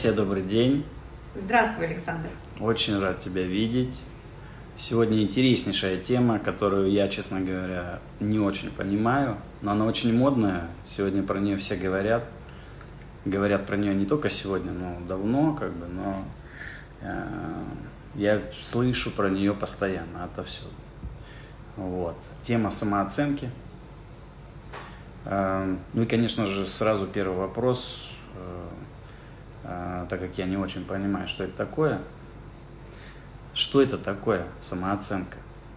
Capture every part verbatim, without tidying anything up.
Таисия, добрый день. Здравствуй, Александр. Очень рад тебя видеть. Сегодня интереснейшая тема, которую я, честно говоря, не очень понимаю, но она очень модная. Сегодня про нее все говорят. Говорят про нее не только сегодня, но давно, как бы, но э, я слышу про нее постоянно, отовсюду. Вот. Тема самооценки. Э, ну и, конечно же, сразу первый вопрос, э, э, так как я не очень понимаю, что это такое. Что это такое самооценка?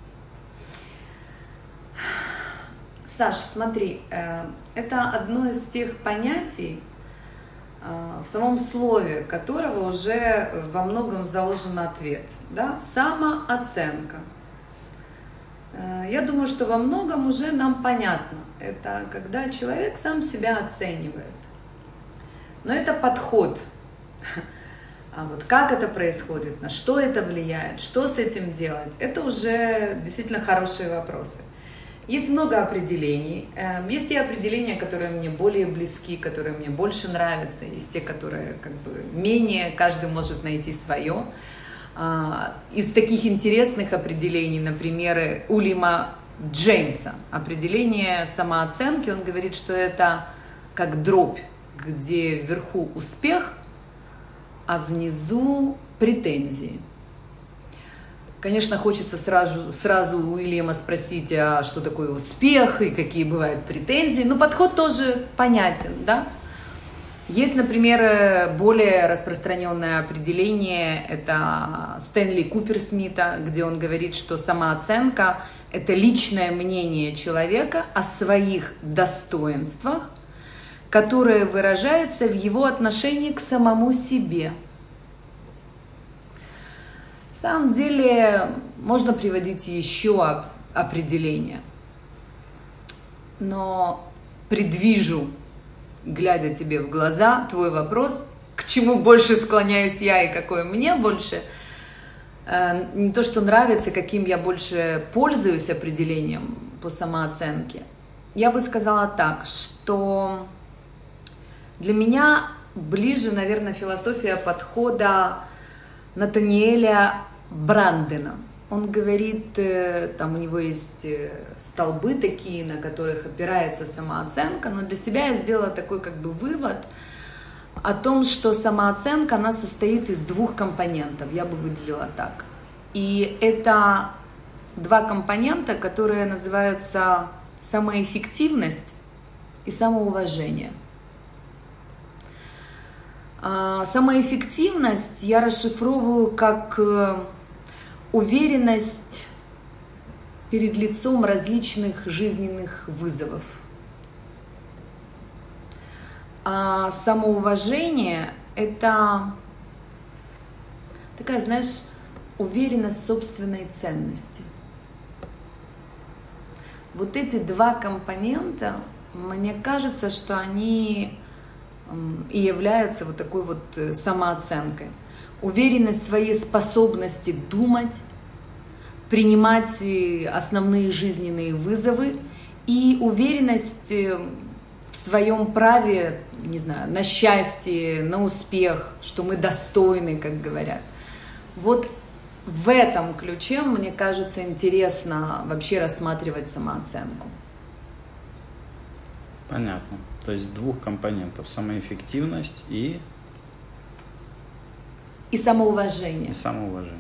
Саш, смотри, это одно из тех понятий, в самом слове которого уже во многом заложен ответ. Да? Самооценка. Я думаю, что во многом уже нам понятно. Это когда человек сам себя оценивает. Но это подход. А вот как это происходит, на что это влияет, что с этим делать, это уже действительно хорошие вопросы. Есть много определений. Есть те определения, которые мне более близки, которые мне больше нравятся. Есть те, которые как бы менее, каждый может найти свое. Из таких интересных определений, например, Уильяма Джеймса, определение самооценки, он говорит, что это как дробь, где вверху успех, а внизу претензии. Конечно, хочется сразу, сразу у Уильяма спросить, а что такое успех и какие бывают претензии. Но подход тоже понятен, да? Есть, например, более распространенное определение, это Стэнли Куперсмита, где он говорит, что самооценка – это личное мнение человека о своих достоинствах, которое выражается в его отношении к самому себе. На самом деле можно приводить еще определения, но предвижу, глядя тебе в глаза, твой вопрос, к чему больше склоняюсь я и какое мне больше, не то что нравится, каким я больше пользуюсь определением по самооценке. Я бы сказала так, что для меня ближе, наверное, философия подхода Натаниэля Брандена. Он говорит, там у него есть столбы такие, на которых опирается самооценка, но для себя я сделала такой как бы вывод о том, что самооценка, она состоит из двух компонентов, я бы выделила так. И это два компонента, которые называются самоэффективность и самоуважение. Самоэффективность я расшифровываю как уверенность перед лицом различных жизненных вызовов. А самоуважение – это такая, знаешь, уверенность в собственной ценности. Вот эти два компонента, мне кажется, что они и являются вот такой вот самооценкой. Уверенность в своей способности думать, принимать основные жизненные вызовы и уверенность в своем праве, не знаю, на счастье, на успех, что мы достойны, как говорят. Вот в этом ключе, мне кажется, интересно вообще рассматривать самооценку. Понятно. То есть двух компонентов: самоэффективность и... И самоуважение. И самоуважение.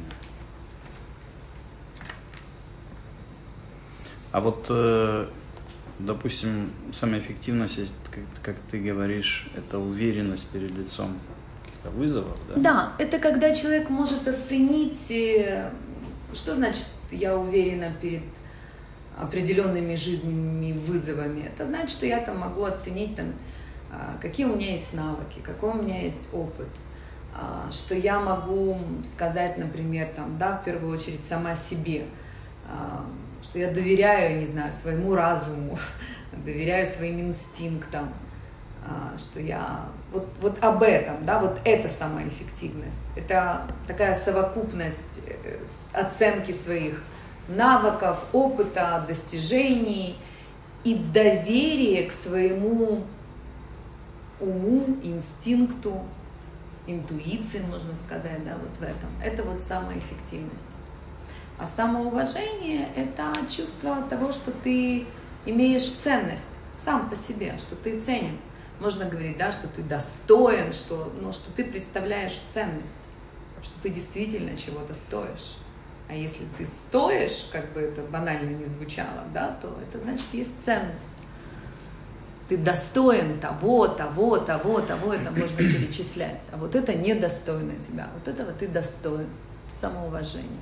А вот, допустим, самоэффективность, как, как ты говоришь, это уверенность перед лицом каких-то вызовов, да? Да, это когда человек может оценить, что значит «я уверена перед определенными жизненными вызовами». Это значит, что я там могу оценить, там, какие у меня есть навыки, какой у меня есть опыт, что я могу сказать, например, там, да, в первую очередь сама себе, что я доверяю, не знаю, своему разуму, доверяю своим инстинктам, что я вот, вот об этом, да, вот это самоэффективность. Это такая совокупность оценки своих навыков, опыта, достижений и доверие к своему уму, инстинкту, интуиции, можно сказать, да, вот в этом. Это вот самоэффективность. А самоуважение – это чувство того, что ты имеешь ценность сам по себе, что ты ценен. Можно говорить, да, что ты достоин, что, ну, что ты представляешь ценность, что ты действительно чего-то стоишь. А если ты стоишь, как бы это банально не звучало, да, то это значит, есть ценность. Ты достоин того, того, того, того, это можно перечислять. А вот это недостойно тебя. Вот этого ты достоин. Самоуважение.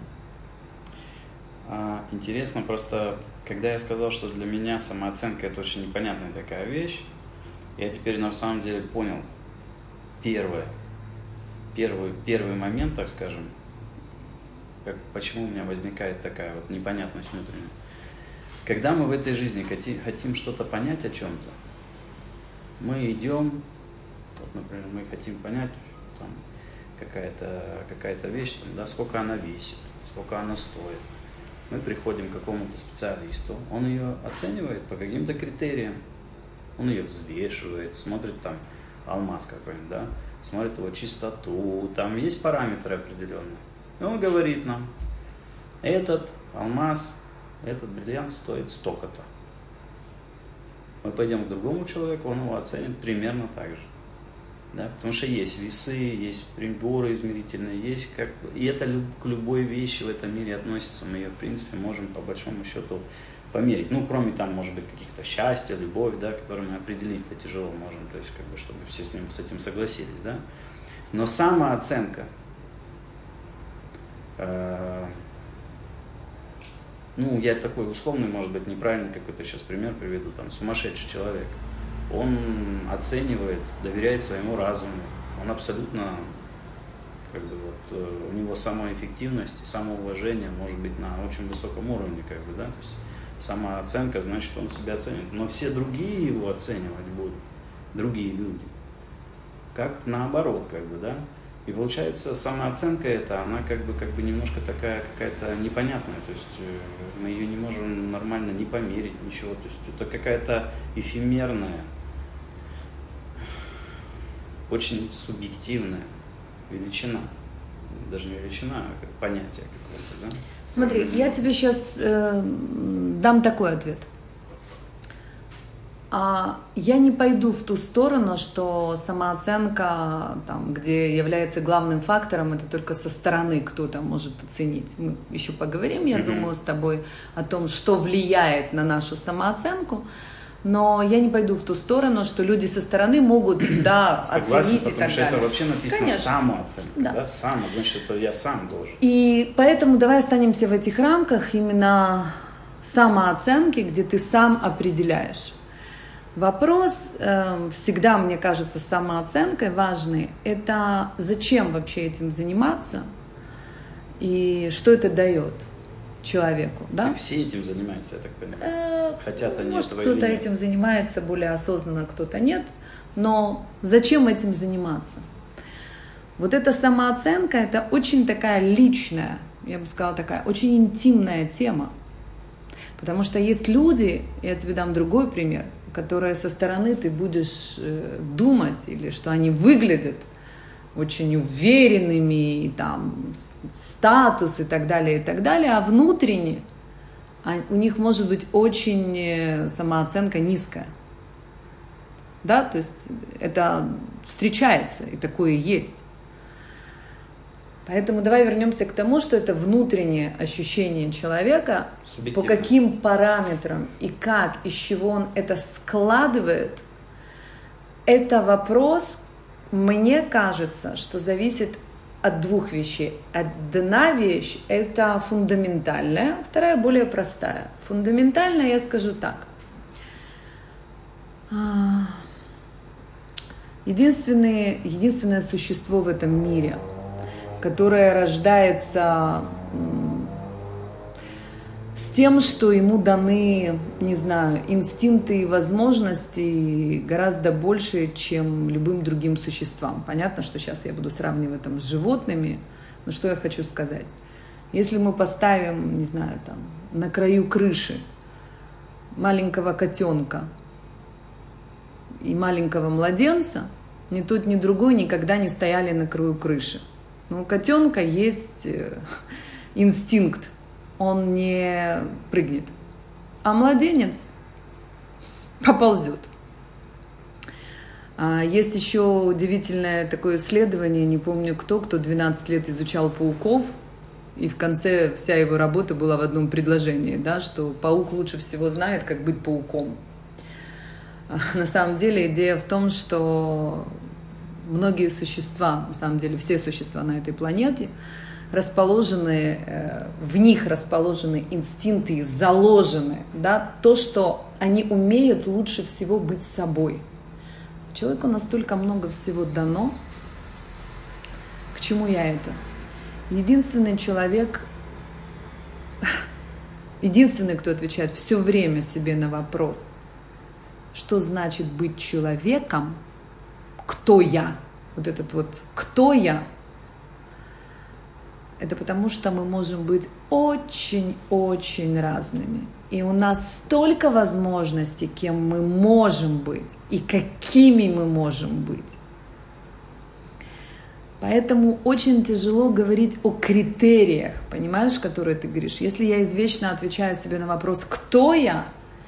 А, интересно, просто, когда я сказал, что для меня самооценка – это очень непонятная такая вещь, я теперь на самом деле понял первое, первый, первый момент, так скажем, как, почему у меня возникает такая вот непонятность внутренняя. Когда мы в этой жизни хотим, хотим что-то понять о чем-то, мы идем, вот, например, мы хотим понять, там, какая-то, какая-то вещь, там, да, сколько она весит, сколько она стоит. Мы приходим к какому-то специалисту, он ее оценивает по каким-то критериям, он ее взвешивает, смотрит там алмаз какой-нибудь, да, смотрит его чистоту, там есть параметры определенные. И он говорит нам, этот алмаз, этот бриллиант стоит столько-то. Мы пойдем к другому человеку, он его оценит примерно так же. Да? Потому что есть весы, есть приборы измерительные, есть как... и это к любой вещи в этом мире относится. Мы ее, в принципе, можем по большому счету померить. Ну, кроме там, может быть, каких-то счастья, любовь, да, которые мы определить-то тяжело можем, то есть, как бы, чтобы все с, ним, с этим согласились. Да? Но самооценка, э, ну, я такой условный, может быть, неправильный какой-то сейчас пример приведу, там, сумасшедший человек. Он оценивает, доверяет своему разуму, он абсолютно, как бы, вот, у него самоэффективность и самоуважение может быть на очень высоком уровне, как бы, да, то есть самооценка, значит, он себя оценит, но все другие его оценивать будут, другие люди, как наоборот, как бы, да, и получается самооценка эта, она как бы, как бы немножко такая какая-то непонятная, то есть мы ее не можем нормально не померить, ничего, то есть это какая-то эфемерная, очень субъективная величина, даже не величина, а как понятие какое-то, да? Смотри, я тебе сейчас э, дам такой ответ. А я не пойду в ту сторону, что самооценка, там, где является главным фактором, это только со стороны кто-то может оценить. Мы еще поговорим, я mm-hmm. думаю, с тобой о том, что влияет на нашу самооценку. Но я не пойду в ту сторону, что люди со стороны могут, да, Согласен, оценить и так потому что далее. Это вообще написано Конечно. Самооценка, да. да, само, значит, это я сам должен. И поэтому давай останемся в этих рамках именно самооценки, где ты сам определяешь. Вопрос э, всегда, мне кажется, с самооценкой важный, это зачем вообще этим заниматься и что это дает человеку, да? И все этим занимаются, я так понимаю. Хотят они Может, этого кто-то или нет. этим занимается более осознанно, кто-то нет, но зачем этим заниматься? Вот эта самооценка, это очень такая личная, я бы сказала, такая очень интимная тема. Потому что есть люди, я тебе дам другой пример, которые со стороны ты будешь думать, или что они выглядят очень уверенными, и там статус и так далее, и так далее, а внутренне у них может быть очень самооценка низкая. Да, то есть это встречается, и такое есть. Поэтому давай вернемся к тому, что это внутреннее ощущение человека, по каким параметрам и как, из чего он это складывает, это вопрос, мне кажется, что зависит от двух вещей. Одна вещь – это фундаментальная, вторая – более простая. Фундаментальная, я скажу так. Единственное, единственное существо в этом мире, которое рождается с тем, что ему даны, не знаю, инстинкты и возможности гораздо больше, чем любым другим существам. Понятно, что сейчас я буду сравнивать там с животными, но что я хочу сказать. Если мы поставим, не знаю, там, на краю крыши маленького котенка и маленького младенца, ни тот, ни другой никогда не стояли на краю крыши. Но у котенка есть инстинкт, он не прыгнет. А младенец поползет. Есть еще удивительное такое исследование, не помню кто, кто двенадцать лет изучал пауков, и в конце вся его работа была в одном предложении, да, что паук лучше всего знает, как быть пауком. На самом деле идея в том, что многие существа, на самом деле все существа на этой планете, расположены, в них расположены инстинкты, заложены, да, то, что они умеют лучше всего быть собой. Человеку настолько много всего дано. К чему я это? Единственный человек, единственный, кто отвечает все время себе на вопрос, что значит быть человеком, кто я, вот этот вот «кто я», это потому, что мы можем быть очень-очень разными. И у нас столько возможностей, кем мы можем быть и какими мы можем быть. Поэтому очень тяжело говорить о критериях, понимаешь, которые ты говоришь. Если я извечно отвечаю себе на вопрос «кто я?»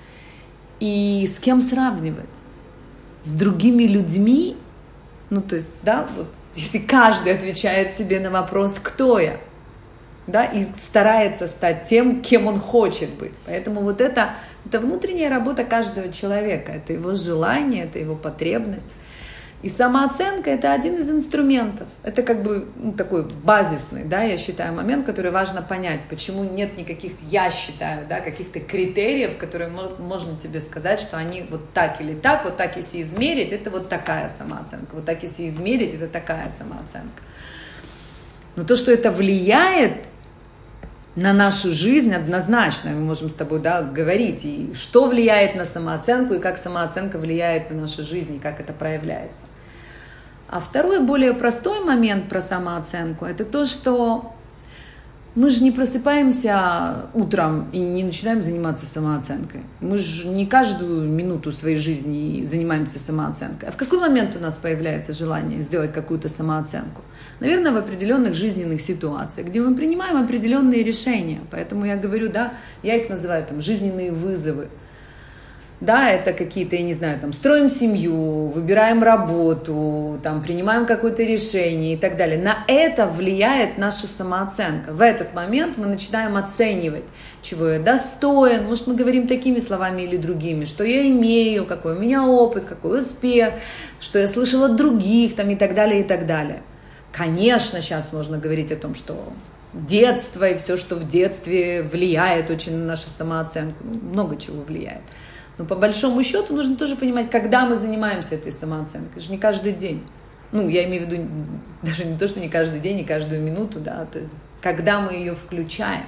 и с кем сравнивать? С другими людьми? Ну, то есть, да, вот если каждый отвечает себе на вопрос «кто я?», да, и старается стать тем, кем он хочет быть. Поэтому вот это, это внутренняя работа каждого человека, это его желание, это его потребность. И самооценка – это один из инструментов. Это как бы ну, такой базисный, да, я считаю, момент, который важно понять, почему нет никаких, я считаю, да, каких-то критериев, которые можно тебе сказать, что они вот так или так, вот так если измерить, это вот такая самооценка, вот так если измерить, это такая самооценка. Но то, что это влияет на нашу жизнь, однозначно, мы можем с тобой, да, говорить, и что влияет на самооценку, и как самооценка влияет на нашу жизнь, и как это проявляется. А второй, более простой момент про самооценку, это то, что мы же не просыпаемся утром и не начинаем заниматься самооценкой. Мы же не каждую минуту своей жизни занимаемся самооценкой. А в какой момент у нас появляется желание сделать какую-то самооценку? Наверное, в определенных жизненных ситуациях, где мы принимаем определенные решения. Поэтому я говорю, да, я их называю там жизненные вызовы. Да, это какие-то, я не знаю, там, строим семью, выбираем работу, там, принимаем какое-то решение и так далее. На это влияет наша самооценка. В этот момент мы начинаем оценивать, чего я достоин, может, мы говорим такими словами или другими, что я имею, какой у меня опыт, какой успех, что я слышала от других, там, и так далее, и так далее. Конечно, сейчас можно говорить о том, что детство и все, что в детстве влияет очень на нашу самооценку, много чего влияет. Но по большому счету нужно тоже понимать, когда мы занимаемся этой самооценкой. Это же не каждый день. Ну, я имею в виду даже не то, что не каждый день, не каждую минуту, да, то есть когда мы ее включаем.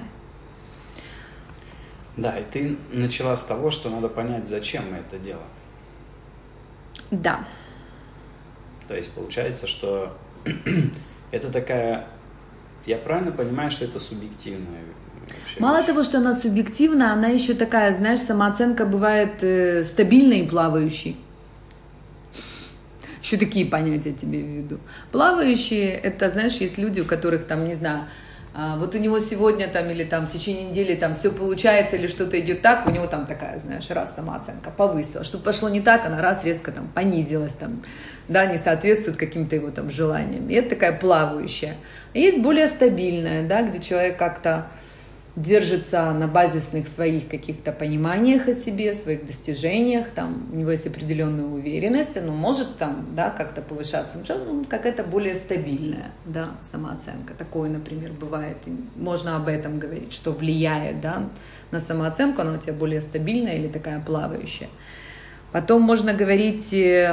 Да, и ты начала с того, что надо понять, зачем мы это делаем. Да. То есть получается, что это такая... Я правильно понимаю, что это субъективная вообще Мало вещь? того, что она субъективна, она еще такая, знаешь, самооценка бывает э, стабильной и плавающей. Еще такие понятия тебе введу. Плавающие, это, знаешь, есть люди, у которых там, не знаю, а, вот у него сегодня там или там в течение недели там все получается или что-то идет так, у него там такая, знаешь, раз самооценка повысилась. Что пошло не так, она раз резко там понизилась, там, да, не соответствует каким-то его там желаниям. И это такая плавающая. А есть более стабильная, да, где человек как-то держится на базисных своих каких-то пониманиях о себе, своих достижениях, там, у него есть определенная уверенность, он может там, да, как-то повышаться, ну, какая-то более стабильная, да, самооценка. Такое, например, бывает. И можно об этом говорить, что влияет, да, на самооценку, она у тебя более стабильная или такая плавающая. Потом можно говорить...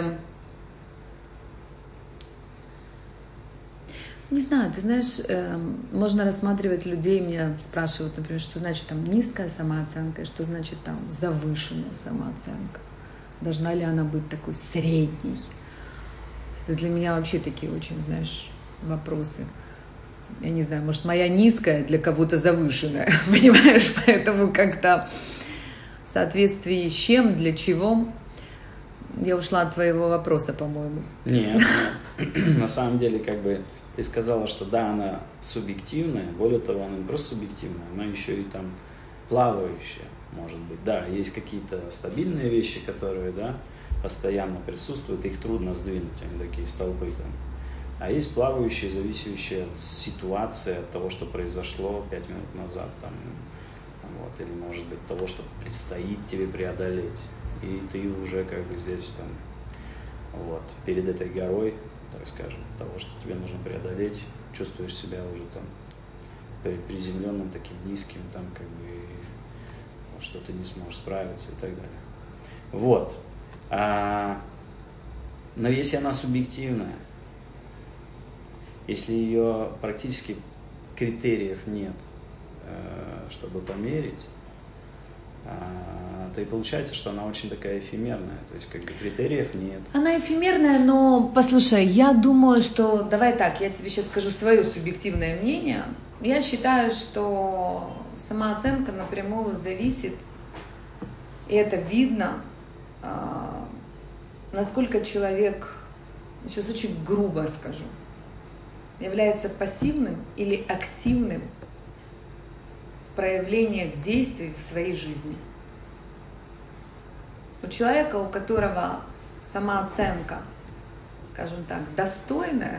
Не знаю, ты знаешь, э, можно рассматривать людей, меня спрашивают, например, что значит там низкая самооценка, что значит там завышенная самооценка. Должна ли она быть такой средней? Это для меня вообще такие очень, знаешь, вопросы. Я не знаю, может, моя низкая для кого-то завышенная, понимаешь? Поэтому как-то в соответствии с чем, для чего... Я ушла от твоего вопроса, по-моему. Нет, на самом деле, как бы, ты сказала, что да, она субъективная, более того, она не просто субъективная, она еще и там плавающая, может быть. Да, есть какие-то стабильные вещи, которые, да, постоянно присутствуют, их трудно сдвинуть, они такие столпы там. А есть плавающие, зависящие от ситуации, от того, что произошло пять минут назад, там, вот, или, может быть, того, что предстоит тебе преодолеть. И ты уже как бы здесь там, вот, перед этой горой, так скажем, того, что тебе нужно преодолеть, чувствуешь себя уже там приземленным, таким низким, там, как бы, что ты не сможешь справиться и так далее. Вот. А, но если она субъективная, если ее практически критериев нет, чтобы померить, то и получается, что она очень такая эфемерная, то есть как бы критериев нет. Она эфемерная, но, послушай, я думаю, что, давай так, я тебе сейчас скажу свое субъективное мнение. Я считаю, что самооценка напрямую зависит, и это видно, насколько человек, сейчас очень грубо скажу, является пассивным или активным в проявлениях действий в своей жизни. У человека, у которого самооценка, скажем так, достойная,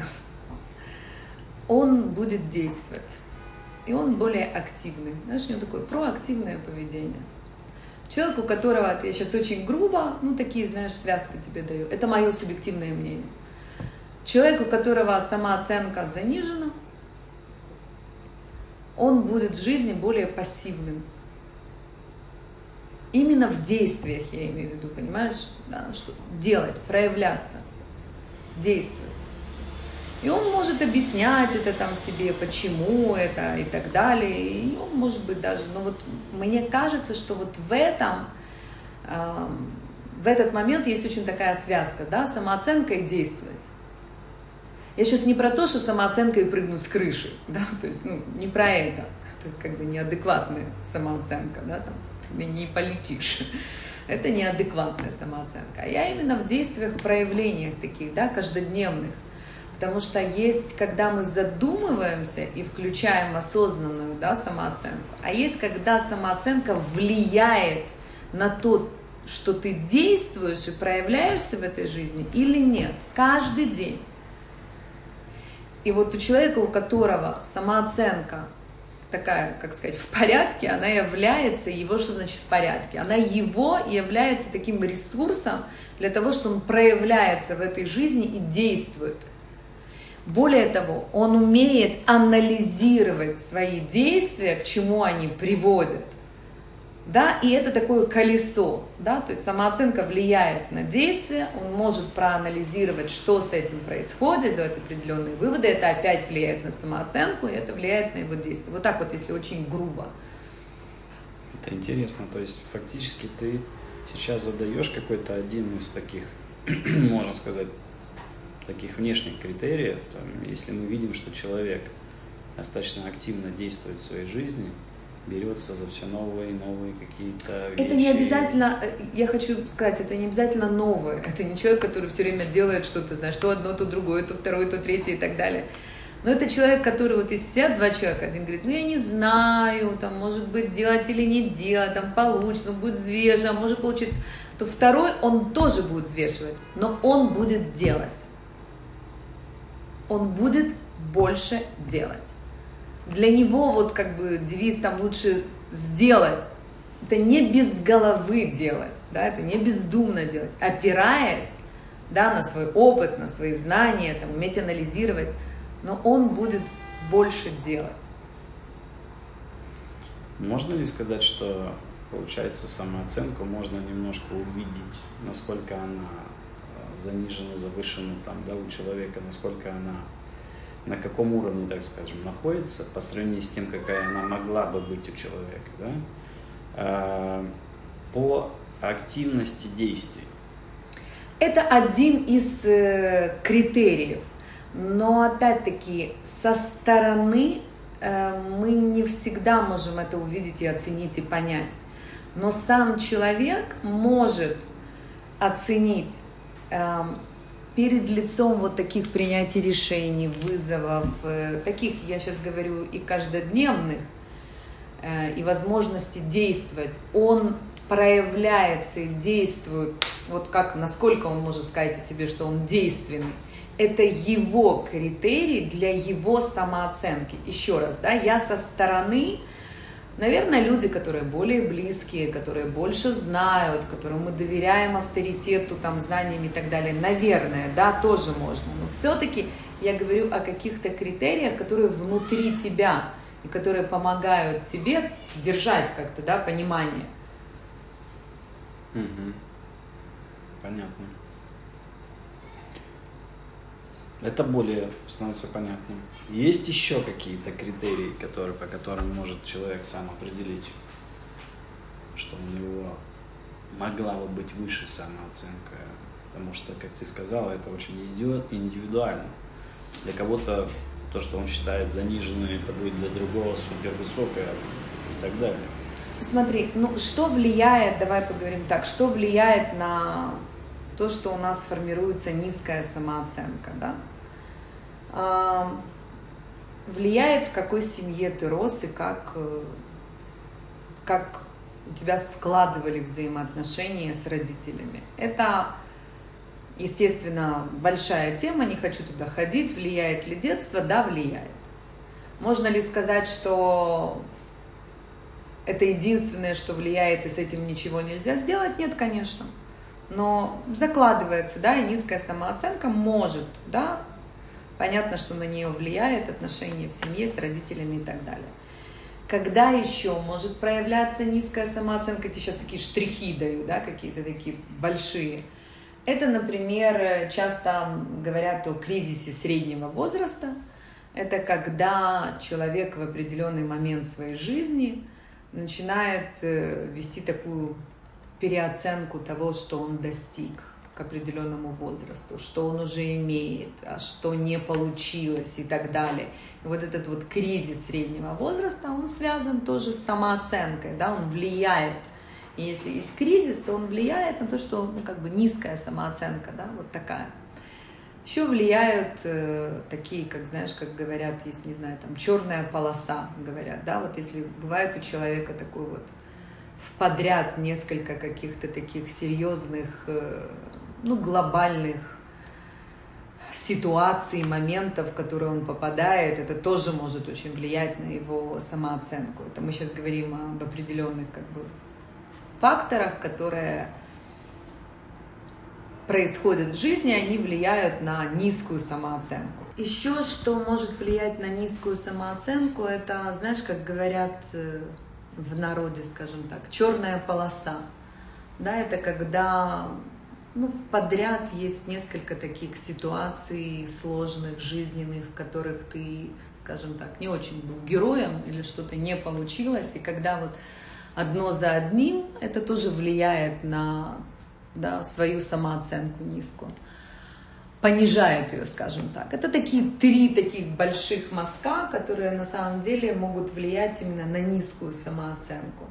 он будет действовать. И он более активный. Знаешь, у него такое проактивное поведение. Человек, у которого, это я сейчас очень грубо, ну такие, знаешь, связки тебе даю. Это мое субъективное мнение. Человек, у которого самооценка занижена, он будет в жизни более пассивным. Именно в действиях, я имею в виду, понимаешь? Да, что делать, проявляться, действовать. И он может объяснять это там себе, почему это и так далее. И он может быть даже, но вот мне кажется, что вот в этом, э, в этот момент есть очень такая связка, да, самооценка и действовать. Я сейчас не про то, что самооценка и прыгнуть с крыши, да, то есть, ну, не про это. Это как бы неадекватная самооценка, да, там, ты не полетишь. Это неадекватная самооценка. А я именно в действиях, проявлениях таких, да, каждодневных. Потому что есть, когда мы задумываемся и включаем осознанную, да, самооценку, а есть, когда самооценка влияет на то, что ты действуешь и проявляешься в этой жизни или нет, каждый день. И вот у человека, у которого самооценка такая, как сказать, в порядке, она является его, что значит в порядке? Она его является таким ресурсом для того, что он проявляется в этой жизни и действует. Более того, он умеет анализировать свои действия, к чему они приводят. Да, и это такое колесо, да, то есть самооценка влияет на действия, он может проанализировать, что с этим происходит, сделать определенные выводы, это опять влияет на самооценку, и это влияет на его действия. Вот так вот, если очень грубо. Это интересно, то есть фактически ты сейчас задаешь какой-то один из таких, можно сказать, таких внешних критериев, там, если мы видим, что человек достаточно активно действует в своей жизни, берется за все новые и новые какие-то вещи. Это не обязательно, я хочу сказать, это не обязательно новое. Это не человек, который все время делает что-то, знаешь, то одно, то другое, то второе, то третье и так далее. Но это человек, который, вот если сидят два человека, один говорит, ну я не знаю, там, может быть, делать или не делать, там, получится, ну, будет взвешивать, а может получиться. То второй, он тоже будет взвешивать, но он будет делать. Он будет больше делать. Для него вот как бы девиз там лучше сделать. Это не без головы делать, да, это не бездумно делать, опираясь, да, на свой опыт, на свои знания, там, уметь анализировать, но он будет больше делать. Можно ли сказать, что, получается, самооценку можно немножко увидеть, насколько она занижена, завышена там, да, у человека, насколько она, на каком уровне, так скажем, находится по сравнению с тем, какая она могла бы быть у человека, да, по активности действий? Это один из э, критериев, но опять-таки со стороны э, мы не всегда можем это увидеть и оценить и понять. Но сам человек может оценить э, перед лицом вот таких принятий решений, вызовов, э, таких, я сейчас говорю, и каждодневных, э, и возможности действовать, он проявляется и действует, вот как, насколько он может сказать о себе, что он действенный. Это его критерий для его самооценки. Еще раз, да, я со стороны, наверное, люди, которые более близкие, которые больше знают, которым мы доверяем авторитету, там, знаниям и так далее, наверное, да, тоже можно. Но все-таки я говорю о каких-то критериях, которые внутри тебя и которые помогают тебе держать как-то, да, понимание. Угу. Понятно. Это более становится понятным. Есть еще какие-то критерии, которые, по которым может человек сам определить, что у него могла бы быть выше самооценка? Потому что, как ты сказала, это очень индивидуально. Для кого-то то, что он считает заниженным, это будет для другого супервысокое и так далее. Смотри, ну что влияет, давай поговорим так, что влияет на то, что у нас формируется низкая самооценка, да? А, влияет, в какой семье ты рос и как, как у тебя складывали взаимоотношения с родителями. Это, естественно, большая тема, не хочу туда ходить. Влияет ли детство? Да, влияет. Можно ли сказать, что это единственное, что влияет, и с этим ничего нельзя сделать? Нет, конечно. Но закладывается, да, и низкая самооценка может, да, понятно, что на нее влияет отношения в семье с родителями и так далее. Когда еще может проявляться низкая самооценка? Я тебе сейчас такие штрихи даю, да, какие-то такие большие. Это, например, часто говорят о кризисе среднего возраста. Это когда человек в определенный момент своей жизни начинает вести такую переоценку того, что он достиг к определенному возрасту, что он уже имеет, а что не получилось и так далее. И вот этот вот кризис среднего возраста, он связан тоже с самооценкой, да, он влияет. И если есть кризис, то он влияет на то, что, ну, как бы низкая самооценка, да, вот такая. Еще влияют э, такие, как, знаешь, как говорят, есть, не знаю, там, черная полоса, говорят, да, вот если бывает у человека такой вот в подряд несколько каких-то таких серьезных, э, ну, глобальных ситуаций, моментов, в которые он попадает, это тоже может очень влиять на его самооценку. Это мы сейчас говорим об определенных, как бы, факторах, которые происходят в жизни, они влияют на низкую самооценку. Еще что может влиять на низкую самооценку, это, знаешь, как говорят в народе, скажем так, черная полоса. Да, это когда, ну, подряд есть несколько таких ситуаций сложных, жизненных, в которых ты, скажем так, не очень был героем или что-то не получилось, и когда вот одно за одним, это тоже влияет на, да, свою самооценку низкую. Понижает ее, скажем так. Это такие три таких больших мазка, которые на самом деле могут влиять именно на низкую самооценку.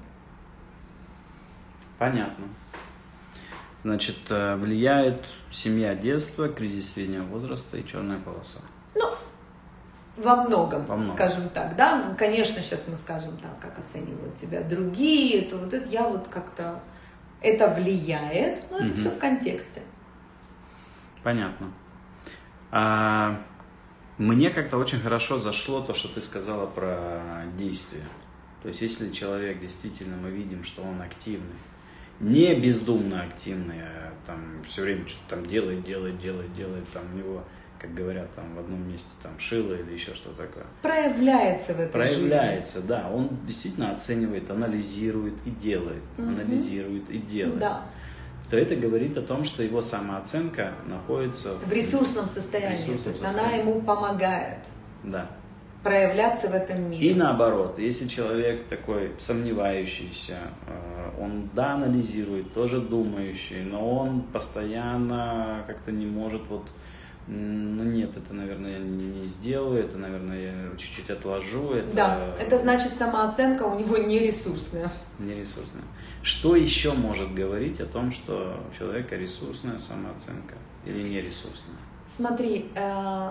Понятно. Значит, влияет семья, детство, кризис среднего возраста и черная полоса. Ну, во многом, во многом, скажем так, да. Конечно, сейчас мы скажем так, как оценивают тебя другие, это вот это я вот как-то, это влияет, но это угу. все в контексте. Понятно. А, мне как-то очень хорошо зашло то, что ты сказала про действие. То есть, если человек действительно, мы видим, что он активный, не бездумно активный, а там все время что-то там делает, делает, делает, делает, там у него, как говорят, там в одном месте там шило или еще что-то такое. Проявляется в этой Проявляется, жизни. Проявляется, да. Он действительно оценивает, анализирует и делает, угу. анализирует и делает. Да. То это говорит о том, что его самооценка находится в, в ресурсном состоянии, ресурсном то есть состоянии. Она ему помогает да. проявляться в этом мире. И наоборот, если человек такой сомневающийся, он, да, анализирует, тоже думающий, но он постоянно как-то не может вот Ну нет, это, наверное, я не сделаю, это, наверное, я чуть-чуть отложу. Это... Да, это значит самооценка у него не ресурсная. Не ресурсная. Что еще может говорить о том, что у человека ресурсная самооценка или не ресурсная? Смотри, э,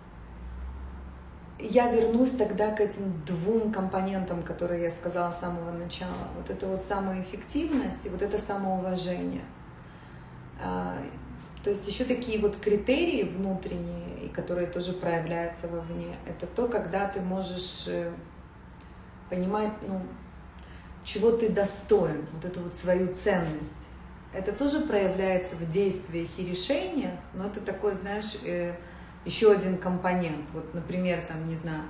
я вернусь тогда к этим двум компонентам, которые я сказала с самого начала. Вот это вот самоэффективность и вот это самоуважение. Э, То есть еще такие вот критерии внутренние, и которые тоже проявляются вовне, это то, когда ты можешь понимать, ну, чего ты достоин, вот эту вот свою ценность. Это тоже проявляется в действиях и решениях, но это такой, знаешь, еще один компонент. Вот, например, там, не знаю,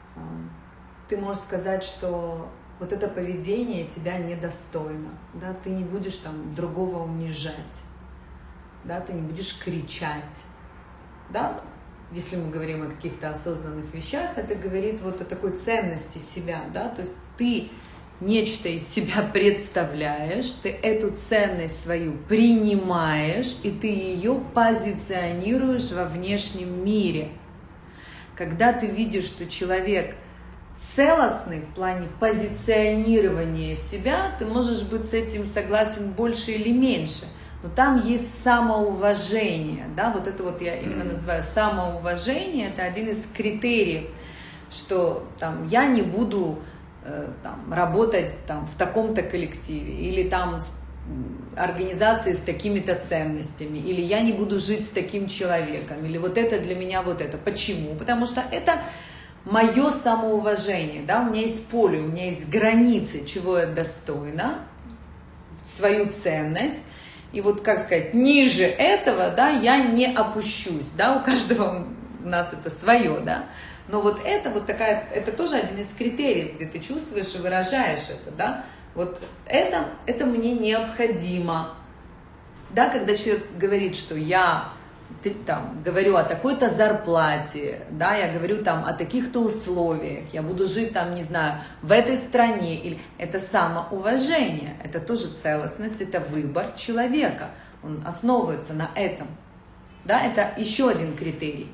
ты можешь сказать, что вот это поведение тебя недостойно, да, ты не будешь там другого унижать. Да, ты не будешь кричать, да, если мы говорим о каких-то осознанных вещах, это говорит вот о такой ценности себя, да, то есть ты нечто из себя представляешь, ты эту ценность свою принимаешь, и ты ее позиционируешь во внешнем мире. Когда ты видишь, что человек целостный в плане позиционирования себя, ты можешь быть с этим согласен больше или меньше. Но там есть самоуважение, да, вот это вот я именно называю самоуважение, это один из критериев, что там я не буду э, там, работать там, в таком-то коллективе, или там с организацией с такими-то ценностями, или я не буду жить с таким человеком, или вот это для меня вот это. Почему? Потому что это мое самоуважение, да, у меня есть поле, у меня есть границы, чего я достойна, свою ценность. И вот, как сказать, ниже этого, да, я не опущусь, да, у каждого у нас это свое, да, но вот это вот такая, это тоже один из критериев, где ты чувствуешь и выражаешь это, да, вот это, это мне необходимо, да, когда человек говорит, что я ты, там, говорю о такой-то зарплате, да, я говорю там о таких-то условиях, я буду жить там, не знаю, в этой стране, или это самоуважение, это тоже целостность, это выбор человека, он основывается на этом, да, это еще один критерий,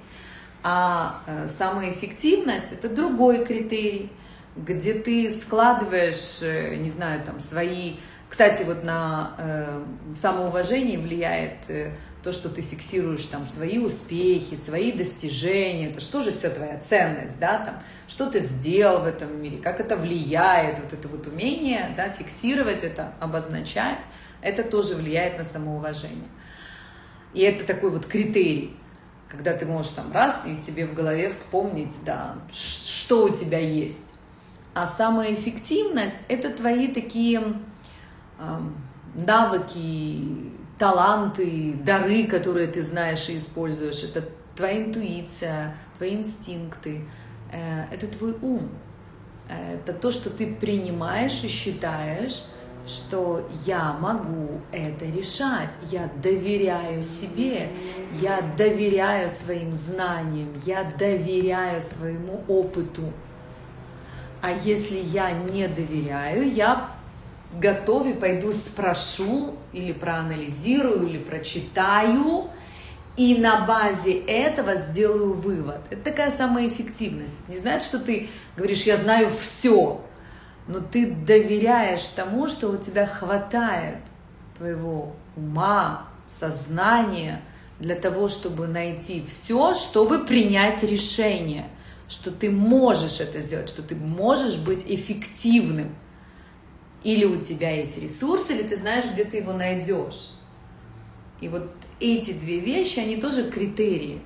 а э, самоэффективность это другой критерий, где ты складываешь, э, не знаю, там свои, кстати, вот на э, самоуважение влияет э, то, что ты фиксируешь там свои успехи, свои достижения, это что же все твоя ценность, да, там, что ты сделал в этом мире, как это влияет, вот это вот умение, да, фиксировать это, обозначать, это тоже влияет на самоуважение. И это такой вот критерий, когда ты можешь там раз и себе в голове вспомнить, да, что у тебя есть. А самоэффективность – это твои такие э, навыки, таланты, дары, которые ты знаешь и используешь, это твоя интуиция, твои инстинкты, это твой ум, это то, что ты принимаешь и считаешь, что я могу это решать, я доверяю себе, я доверяю своим знаниям, я доверяю своему опыту. А если я не доверяю, я готов и пойду спрошу, или проанализирую, или прочитаю, и на базе этого сделаю вывод. Это такая самоэффективность. Не значит, что ты говоришь, я знаю все, но ты доверяешь тому, что у тебя хватает твоего ума, сознания для того, чтобы найти все, чтобы принять решение, что ты можешь это сделать, что ты можешь быть эффективным. Или у тебя есть ресурс, или ты знаешь, где ты его найдешь. И вот эти две вещи, они тоже критерии.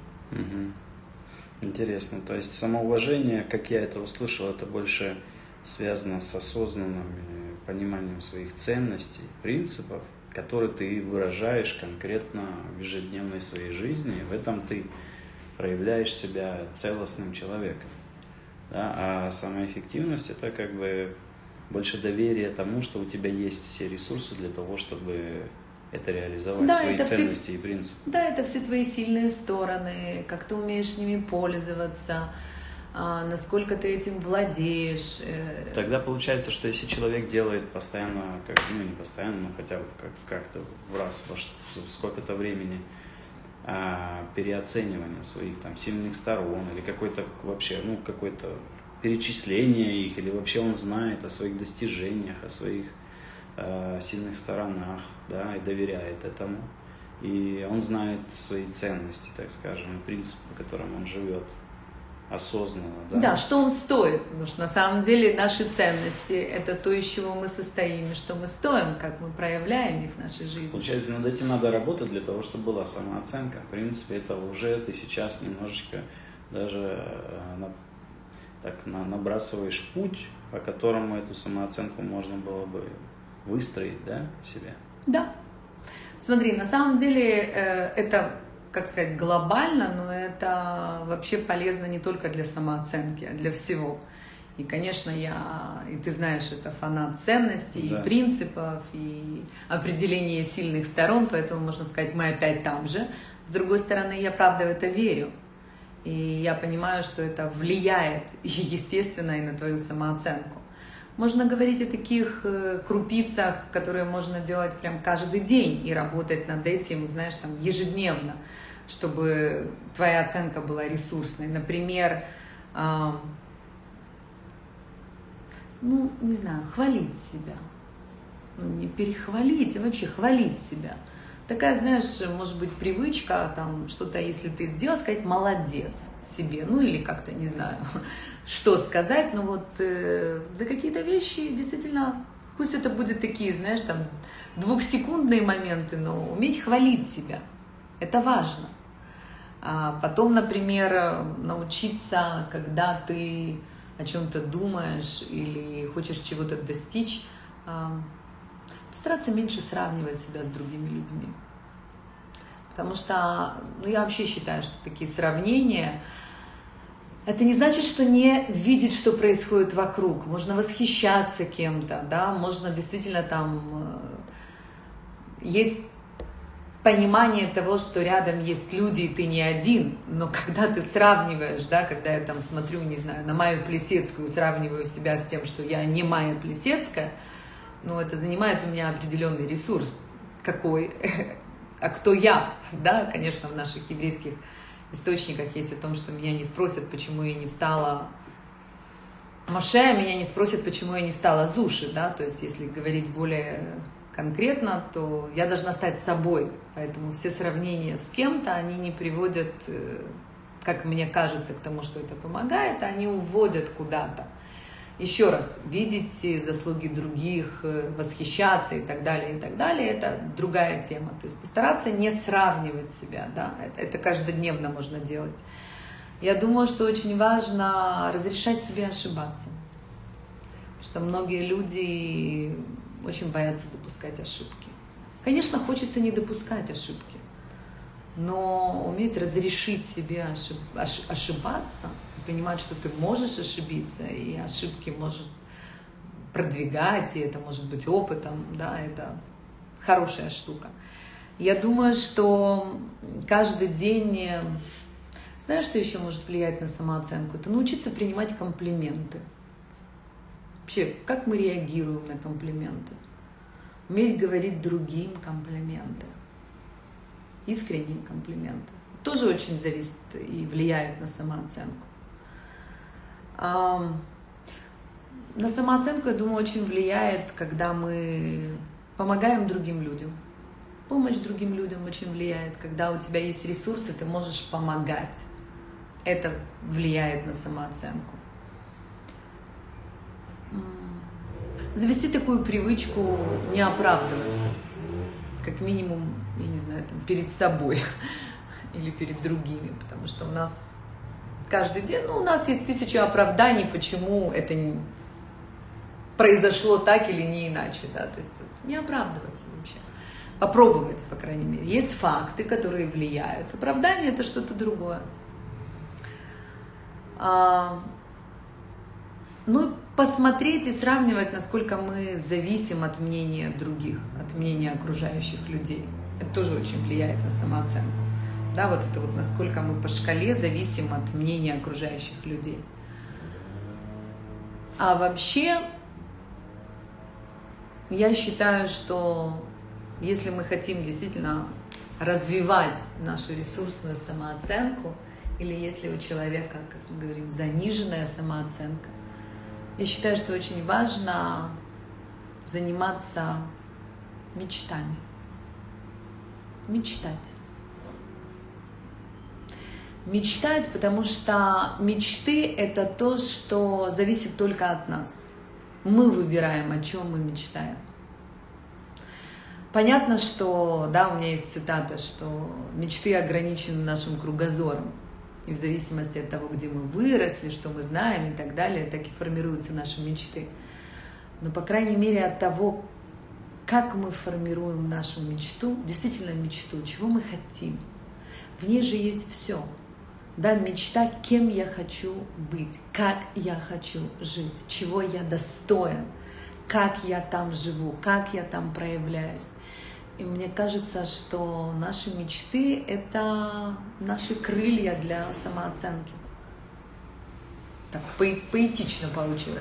Угу. Интересно. То есть самоуважение, как я это услышал, это больше связано с осознанным пониманием своих ценностей, принципов, которые ты выражаешь конкретно в ежедневной своей жизни. В этом ты проявляешь себя целостным человеком. Да? А самоэффективность – это как бы больше доверия тому, что у тебя есть все ресурсы для того, чтобы это реализовать, да, свои это ценности все, и принципы. Да, это все твои сильные стороны, как ты умеешь ними пользоваться, насколько ты этим владеешь. Тогда получается, что если человек делает постоянно, как, ну не постоянно, но хотя бы как, как-то в раз, во сколько-то времени а, переоценивания своих там сильных сторон или какой-то вообще, ну, какое-то перечисление их, или вообще он знает о своих достижениях, о своих э, сильных сторонах, да, и доверяет этому. И он знает свои ценности, так скажем, принципы, по которым он живет осознанно. Да? Да, что он стоит, потому что на самом деле наши ценности – это то, из чего мы состоим, и что мы стоим, как мы проявляем их в нашей жизни. Получается, над этим надо работать для того, чтобы была самооценка. В принципе, это уже ты сейчас немножечко даже э, на, так на, набрасываешь путь, по которому эту самооценку можно было бы выстроить, да, в себе. Да. Смотри, на самом деле э, это, как сказать, глобально, но это вообще полезно не только для самооценки, а для всего. И, конечно, я, и ты знаешь, это фанат ценностей, да, и принципов, и определения сильных сторон, поэтому можно сказать, мы опять там же. С другой стороны, я правда в это верю. И я понимаю, что это влияет, и, естественно, и на твою самооценку. Можно говорить о таких крупицах, которые можно делать прям каждый день и работать над этим, знаешь, там, ежедневно, чтобы твоя оценка была ресурсной. Например, э, ну, не знаю, хвалить себя. Ну, не перехвалить, а вообще хвалить себя. Такая, знаешь, может быть, привычка, там, что-то, если ты сделал, сказать «молодец» себе, ну, или как-то, не знаю, что сказать, но вот э, за какие-то вещи действительно, пусть это будут такие, знаешь, там, двухсекундные моменты, но уметь хвалить себя, это важно. А потом, например, научиться, когда ты о чем-то думаешь или хочешь чего-то достичь, постараться меньше сравнивать себя с другими людьми. Потому что, ну, я вообще считаю, что такие сравнения, это не значит, что не видеть, что происходит вокруг. Можно восхищаться кем-то, да, можно действительно там, есть понимание того, что рядом есть люди, и ты не один, но когда ты сравниваешь, да, когда я там смотрю, не знаю, на Майю Плисецкую, сравниваю себя с тем, что я не Майя Плисецкая, ну, это занимает у меня определенный ресурс. Какой? А кто я? Да, конечно, в наших еврейских источниках есть о том, что меня не спросят, почему я не стала Моше, меня не спросят, почему я не стала Зуши, да, то есть, если говорить более конкретно, то я должна стать собой, поэтому все сравнения с кем-то, они не приводят, как мне кажется, к тому, что это помогает, они уводят куда-то. Еще раз, видеть заслуги других, восхищаться и так далее, и так далее, это другая тема. То есть постараться не сравнивать себя, да, это, это каждодневно можно делать. Я думаю, что очень важно разрешать себе ошибаться, потому что многие люди очень боятся допускать ошибки. Конечно, хочется не допускать ошибки, но уметь разрешить себе ошиб, ош, ошибаться, понимать, что ты можешь ошибиться, и ошибки может продвигать, и это может быть опытом, да, это хорошая штука. Я думаю, что каждый день, знаешь, что еще может влиять на самооценку? Это научиться принимать комплименты. Вообще, как мы реагируем на комплименты? Уметь говорить другим комплименты. Искренние комплименты. Тоже очень зависит и влияет на самооценку. На самооценку, я думаю, очень влияет, когда мы помогаем другим людям. Помощь другим людям очень влияет. Когда у тебя есть ресурсы, ты можешь помогать. Это влияет на самооценку. Завести такую привычку не оправдываться. Как минимум, я не знаю, там, перед собой или перед другими. Потому что у нас каждый день, ну, у нас есть тысяча оправданий, почему это не произошло так или не иначе, да, то есть не оправдываться вообще, попробовать, по крайней мере. Есть факты, которые влияют, оправдание – это что-то другое. А, ну, посмотреть и сравнивать, насколько мы зависим от мнения других, от мнения окружающих людей. Это тоже очень влияет на самооценку. Да, вот это вот насколько мы по шкале зависим от мнения окружающих людей. А вообще, я считаю, что если мы хотим действительно развивать нашу ресурсную самооценку, или если у человека, как мы говорим, заниженная самооценка, я считаю, что очень важно заниматься мечтами. Мечтать. Мечтать, потому что мечты – это то, что зависит только от нас. Мы выбираем, о чем мы мечтаем. Понятно, что, да, у меня есть цитата, что мечты ограничены нашим кругозором. И в зависимости от того, где мы выросли, что мы знаем и так далее, так и формируются наши мечты. Но, по крайней мере, от того, как мы формируем нашу мечту, действительно мечту, чего мы хотим, в ней же есть все. Да, мечта, кем я хочу быть, как я хочу жить, чего я достоин, как я там живу, как я там проявляюсь. И мне кажется, что наши мечты – это наши крылья для самооценки. Так по- поэтично получилось.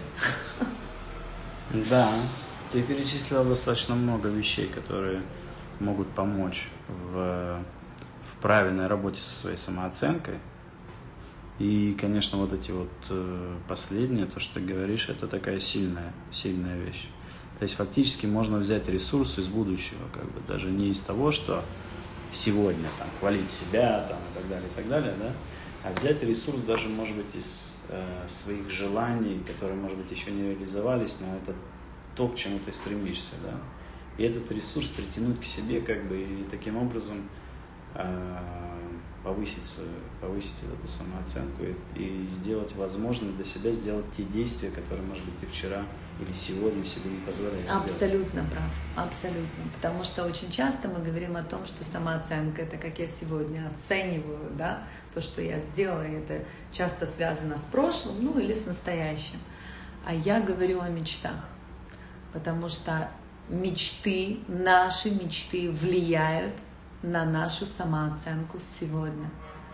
Да, ты перечислила достаточно много вещей, которые могут помочь в, в правильной работе со своей самооценкой. И, конечно, вот эти вот э, последние, то, что ты говоришь, это такая сильная, сильная вещь. То есть фактически можно взять ресурсы из будущего, как бы даже не из того, что сегодня там хвалить себя там, и так далее, и так далее, да, а взять ресурс даже, может быть, из э, своих желаний, которые, может быть, еще не реализовались, но это то, к чему ты стремишься, да. И этот ресурс притянуть к себе, как бы, и таким образом э, повысить, повысить вот эту самооценку и, и сделать возможным для себя сделать те действия, которые, может быть, ты вчера или сегодня себе не позволяешь. Абсолютно сделать. Прав, абсолютно. Потому что очень часто мы говорим о том, что самооценка – это как я сегодня оцениваю, да, то, что я сделала, и это часто связано с прошлым, ну или с настоящим. А я говорю о мечтах, потому что мечты, наши мечты влияют на нашу самооценку сегодня.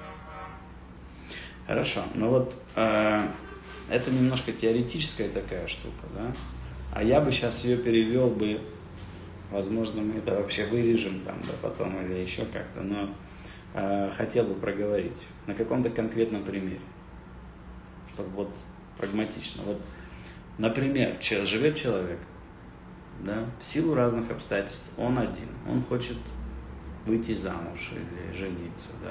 Хорошо, ну вот э, это немножко теоретическая такая штука, да? А я бы сейчас ее перевел бы, возможно, мы это вообще вырежем там, да, потом или еще как-то, но э, хотел бы проговорить на каком-то конкретном примере, чтобы вот прагматично. Вот, например, живет человек, да, в силу разных обстоятельств, он один, он хочет выйти замуж или жениться, да,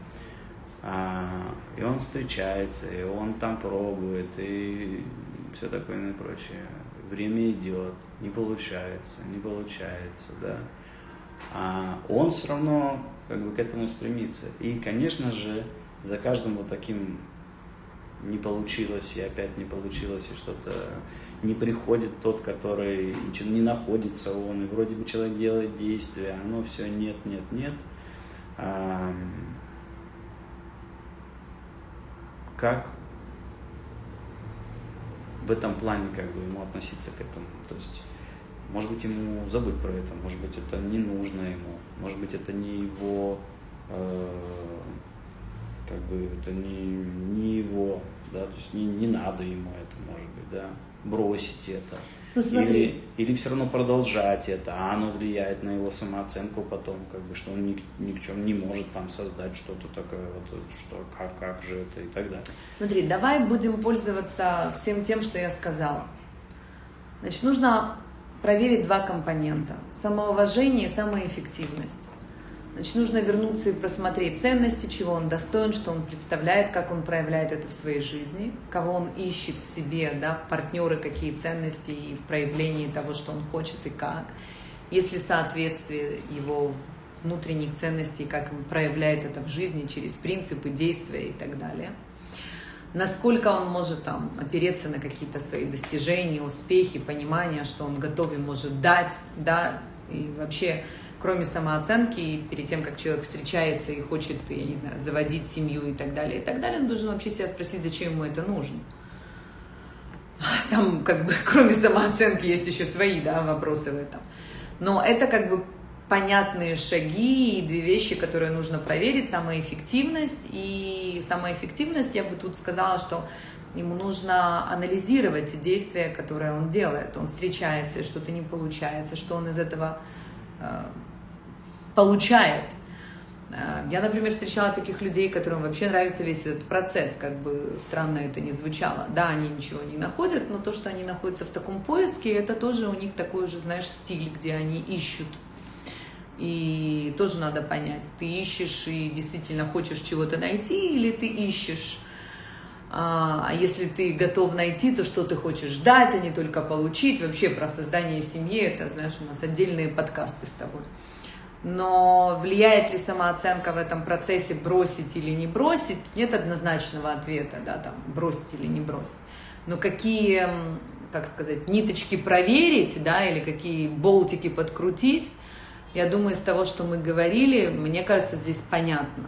а, и он встречается, и он там пробует, и все такое и прочее. Время идет, не получается, не получается, да, а он все равно как бы к этому стремится. И, конечно же, за каждым вот таким не получилось, и опять не получилось, и что-то не приходит тот, который не находится он, и вроде бы человек делает действия, а оно все нет, нет, нет. А, как в этом плане как бы ему относиться к этому? То есть, может быть, ему забыть про это, может быть, это не нужно ему, может быть, это не его, э, как бы, это не, не его, да, то есть не, не надо ему это, может быть, да, бросить это. Ну, смотри. Или, или все равно продолжать это, а оно влияет на его самооценку потом, как бы, что он ни, ни к чему не может там создать что-то такое, вот, что как, как же это и так далее. Смотри, давай будем пользоваться всем тем, что я сказала. Значит, нужно проверить два компонента – самоуважение и самоэффективность. Значит, нужно вернуться и просмотреть ценности, чего он достоин, что он представляет, как он проявляет это в своей жизни, кого он ищет в себе, да, партнеры, какие ценности и проявления того, что он хочет и как. Есть ли соответствие его внутренних ценностей, как он проявляет это в жизни через принципы, действия и так далее. Насколько он может там опереться на какие-то свои достижения, успехи, понимание, что он готов и может дать, да, и вообще, кроме самооценки, перед тем, как человек встречается и хочет, я не знаю, заводить семью и так далее, и так далее, он должен вообще себя спросить, зачем ему это нужно. Там, как бы, кроме самооценки, есть еще свои, да, вопросы в этом. Но это, как бы, понятные шаги и две вещи, которые нужно проверить. Самоэффективность. И самоэффективность, я бы тут сказала, что ему нужно анализировать те действия, которые он делает. Он встречается, и что-то не получается, что он из этого э, получает. Я, например, встречала таких людей, которым вообще нравится весь этот процесс, как бы странно это ни звучало. Да, они ничего не находят, но то, что они находятся в таком поиске, это тоже у них такой же, знаешь, стиль, где они ищут. И тоже надо понять, ты ищешь и действительно хочешь чего-то найти, или ты ищешь, а если ты готов найти, то что ты хочешь ждать, а не только получить. Вообще про создание семьи, это, знаешь, у нас отдельные подкасты с тобой. Но влияет ли самооценка в этом процессе, бросить или не бросить, нет однозначного ответа, да, там, бросить или не бросить. Но какие, как сказать, ниточки проверить, да, или какие болтики подкрутить, я думаю, из того, что мы говорили, мне кажется, здесь понятно.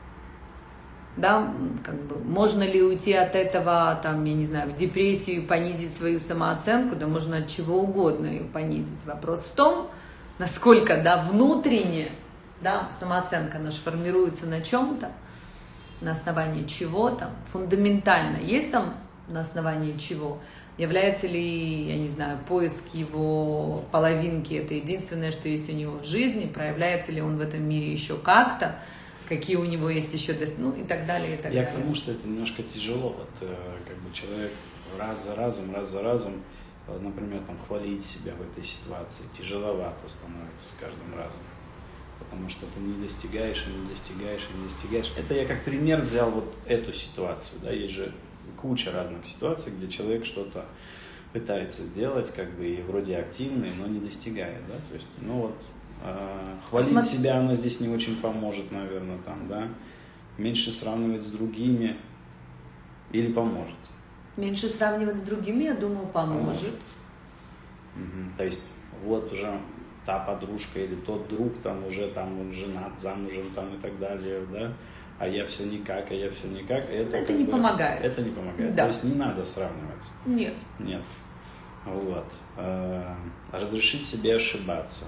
Да, как бы, можно ли уйти от этого, там, я не знаю, в депрессию, понизить свою самооценку, да можно от чего угодно ее понизить. Вопрос в том, насколько, да, внутренне, да, самооценка наша формируется на чем-то, на основании чего-то, фундаментально есть там на основании чего, является ли, я не знаю, поиск его половинки, это единственное, что есть у него в жизни, проявляется ли он в этом мире еще как-то, какие у него есть еще, ну и так далее, и так Я далее. к тому, что это немножко тяжело, вот, как бы человек раз за разом, раз за разом, например, там, хвалить себя в этой ситуации тяжеловато становится с каждым разом, потому что ты не достигаешь, и не достигаешь, и не достигаешь. Это я как пример взял вот эту ситуацию, да, есть же куча разных ситуаций, где человек что-то пытается сделать, как бы, и вроде активный, но не достигает, да, то есть, ну вот, э, хвалить Смотри. себя, оно здесь не очень поможет, наверное, там, да, меньше сравнивать с другими или поможет. Меньше сравнивать с другими, я думаю, поможет. Поможет. Угу. То есть вот уже та подружка или тот друг там уже там он женат, замужем там и так далее, да, а я все никак, а я все никак. Это, это не бы, помогает. Это не помогает. Да. То есть не надо сравнивать. Нет. Нет. Вот. Разрешить себе ошибаться.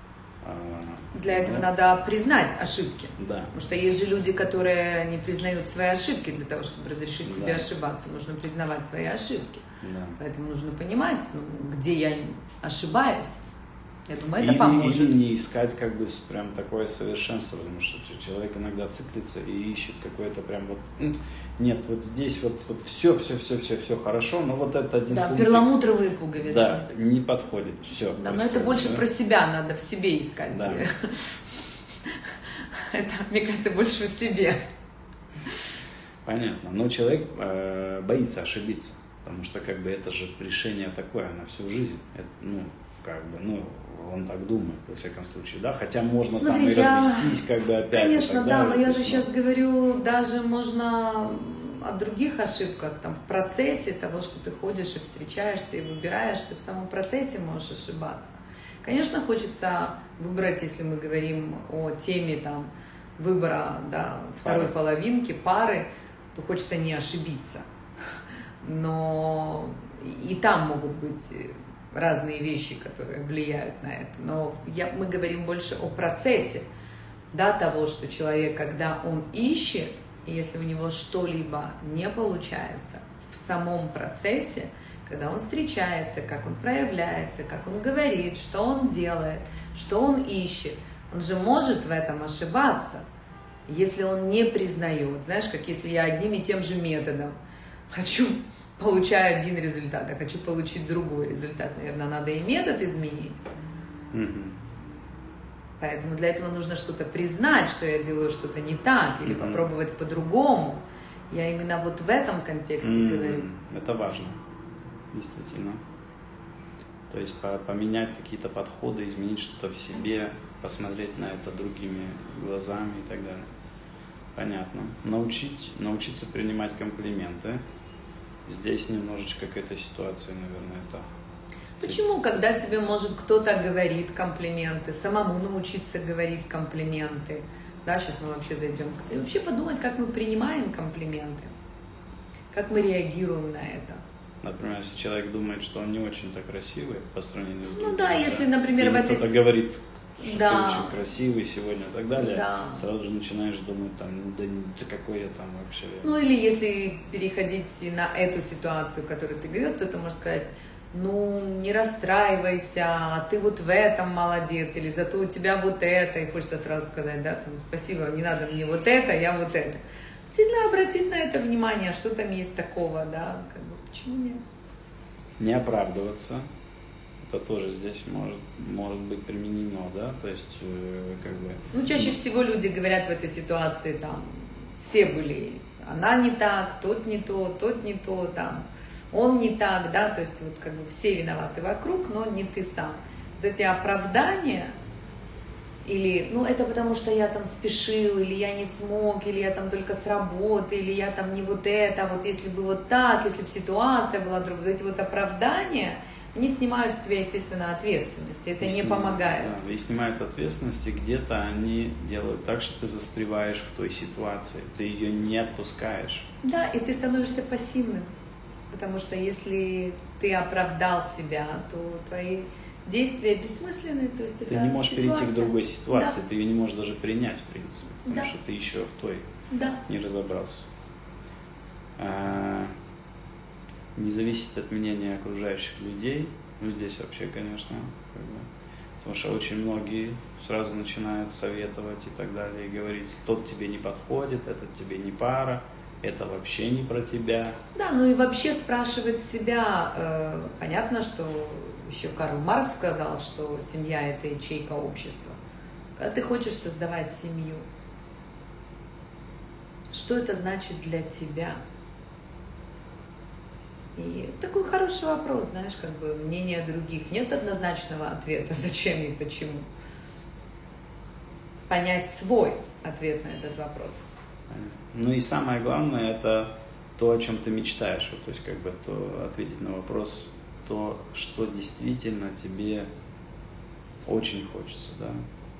Для этого ну, надо признать ошибки. Да. Потому что есть же люди, которые не признают свои ошибки. Для того, чтобы разрешить себе да. ошибаться, нужно признавать свои ошибки. Да. Поэтому нужно понимать, ну, где я ошибаюсь. Я думаю, это или, поможет. Или не искать как бы прям такое совершенство, потому что человек иногда циклится и ищет какое-то прям вот, нет, вот здесь вот, вот все, все, все, все, все хорошо, но вот это один Да, пунктик, перламутровые пуговицы. Да, не подходит, все. Да, но это больше да? про себя, надо в себе искать. Да. Это, мне кажется, больше в себе. Понятно, но человек э, боится ошибиться, потому что как бы это же решение такое на всю жизнь, это, ну, как бы, ну, он так думает, во всяком случае, да, хотя можно Смотри, там и я... развестись, как бы опять. Конечно, и так да, далее, но я же есть, сейчас ну... говорю, даже можно о других ошибках, там, в процессе того, что ты ходишь и встречаешься, и выбираешь, ты в самом процессе можешь ошибаться. Конечно, хочется выбрать, если мы говорим о теме, там, выбора, да, второй Пары. половинки, пары, то хочется не ошибиться. Но и там могут быть разные вещи, которые влияют на это. Но я, мы говорим больше о процессе, да, того, что человек, когда он ищет, и если у него что-либо не получается в самом процессе, когда он встречается, как он проявляется, как он говорит, что он делает, что он ищет, он же может в этом ошибаться, если он не признает. Знаешь, как если я одним и тем же методом хочу, получая один результат, а хочу получить другой результат, наверное, надо и метод изменить. Mm-hmm. Поэтому для этого нужно что-то признать, что я делаю что-то не так, или mm-hmm. попробовать по-другому. Я именно вот в этом контексте mm-hmm. говорю. Это важно, действительно. То есть поменять какие-то подходы, изменить что-то в себе, посмотреть на это другими глазами и так далее. Понятно. Научить, научиться принимать комплименты. Здесь немножечко к этой ситуации, наверное, это... Почему, когда тебе, может, кто-то говорит комплименты, самому научиться говорить комплименты? Да, сейчас мы вообще зайдем. И вообще подумать, как мы принимаем комплименты, как мы реагируем на это. Например, если человек думает, что он не очень-то красивый по сравнению с другими. Ну да, если, например, или в этой... кто-то говорит, что да. ты очень красивый сегодня и так далее, да. сразу же начинаешь думать, там, да, да какой я там вообще... Ну или если переходить на эту ситуацию, которую ты говорил, то ты можешь сказать, ну, не расстраивайся, а ты вот в этом молодец, или зато у тебя вот это, и хочется сразу сказать, да, там, спасибо, не надо мне вот это, я вот это. Всегда обратить на это внимание, что там есть такого, да, как бы, почему нет? Не оправдываться, это тоже здесь может, может быть применено, да, то есть, э, как бы... Ну, чаще всего люди говорят в этой ситуации, там, все были, она не так, тот не то, тот не то, там, он не так, да, то есть, вот, как бы, все виноваты вокруг, но не ты сам. Вот эти оправдания, или, ну, это потому что я там спешил, или я не смог, или я там только с работы, или я там не вот это, вот если бы вот так, если бы ситуация была другая, вот эти вот оправдания, они снимают с тебя, естественно, ответственность, это и не снимают, помогает. Да, и снимают ответственность, и где-то они делают так, что ты застреваешь в той ситуации, ты ее не отпускаешь. Да, и ты становишься пассивным, потому что если ты оправдал себя, то твои действия бессмысленные, то есть ты это не можешь ситуация. перейти к другой ситуации, да. ты ее не можешь даже принять, в принципе, потому да. что ты еще в той да. не разобрался. А, не зависит от мнения окружающих людей, ну здесь вообще, конечно, как бы, потому что очень многие сразу начинают советовать и так далее, и говорить, тот тебе не подходит, этот тебе не пара, это вообще не про тебя. Да, ну и вообще спрашивать себя, э, понятно, что еще Карл Маркс сказал, что семья – это ячейка общества. Когда ты хочешь создавать семью, что это значит для тебя? И такой хороший вопрос, знаешь, как бы мнение других. Нет однозначного ответа, зачем и почему. Понять свой ответ на этот вопрос. Ну и самое главное, это то, о чем ты мечтаешь. Вот, то есть, как бы, то ответить на вопрос, то, что действительно тебе очень хочется, да.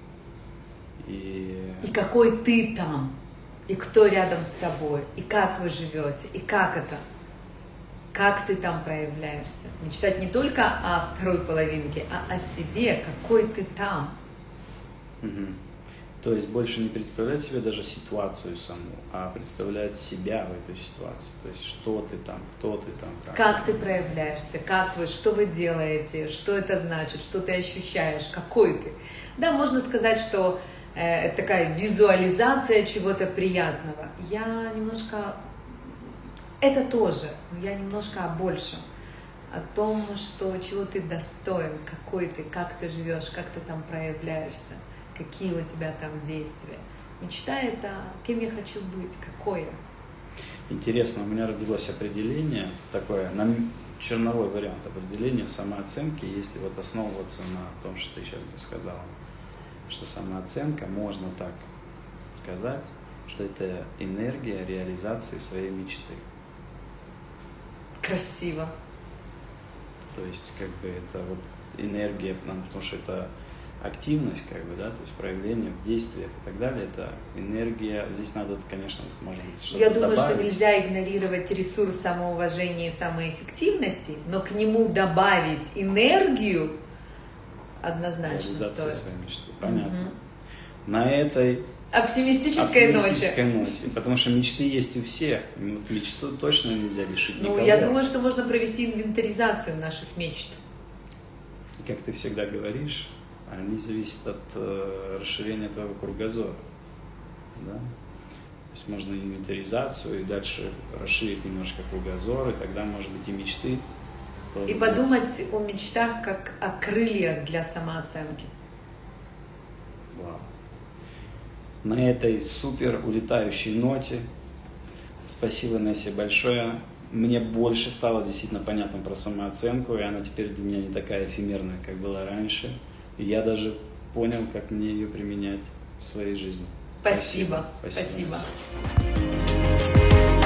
И... и какой ты там, и кто рядом с тобой, и как вы живете, и как это, как ты там проявляешься. Мечтать не только о второй половинке, а о себе, какой ты там. Угу. То есть больше не представлять себе даже ситуацию саму, а представлять себя в этой ситуации. То есть что ты там, кто ты там. Как, как ты проявляешься, как вы, что вы делаете, что это значит, что ты ощущаешь, какой ты. Да, можно сказать, что э, это такая визуализация чего-то приятного. Я немножко... Это тоже, но я немножко о большем. О том, что, чего ты достоин, какой ты, как ты живешь, как ты там проявляешься. Какие у тебя там действия. Мечта – это кем я хочу быть, какой я. Интересно, у меня родилось определение такое, черновой вариант определения самооценки, если вот основываться на том, что ты сейчас сказала, что самооценка, можно так сказать, что это энергия реализации своей мечты. Красиво. То есть, как бы, это вот энергия, потому что это активность, как бы, да, то есть проявление в действиях и так далее, это энергия. Здесь надо, конечно, может быть, что-то Я думаю, добавить. что нельзя игнорировать ресурс самоуважения и самоэффективности, но к нему добавить энергию однозначно реализация стоит. своей мечты. Понятно. Угу. На этой оптимистической, оптимистической ноте. ноте. Потому что мечты есть у всех. Мечту точно нельзя лишить ну, никого. Я думаю, что можно провести инвентаризацию наших мечт. Как ты всегда говоришь, они зависят от э, расширения твоего кругозора. Да? То есть можно инвентаризацию и дальше расширить немножко кругозор, и тогда, может быть, и мечты тоже. И будут. Подумать о мечтах как о крыльях для самооценки. Вау. На этой супер улетающей ноте спасибо, Несси, большое. Мне больше стало действительно понятно про самооценку, и она теперь для меня не такая эфемерная, как была раньше. И я даже понял, как мне ее применять в своей жизни. Спасибо. Спасибо. Спасибо.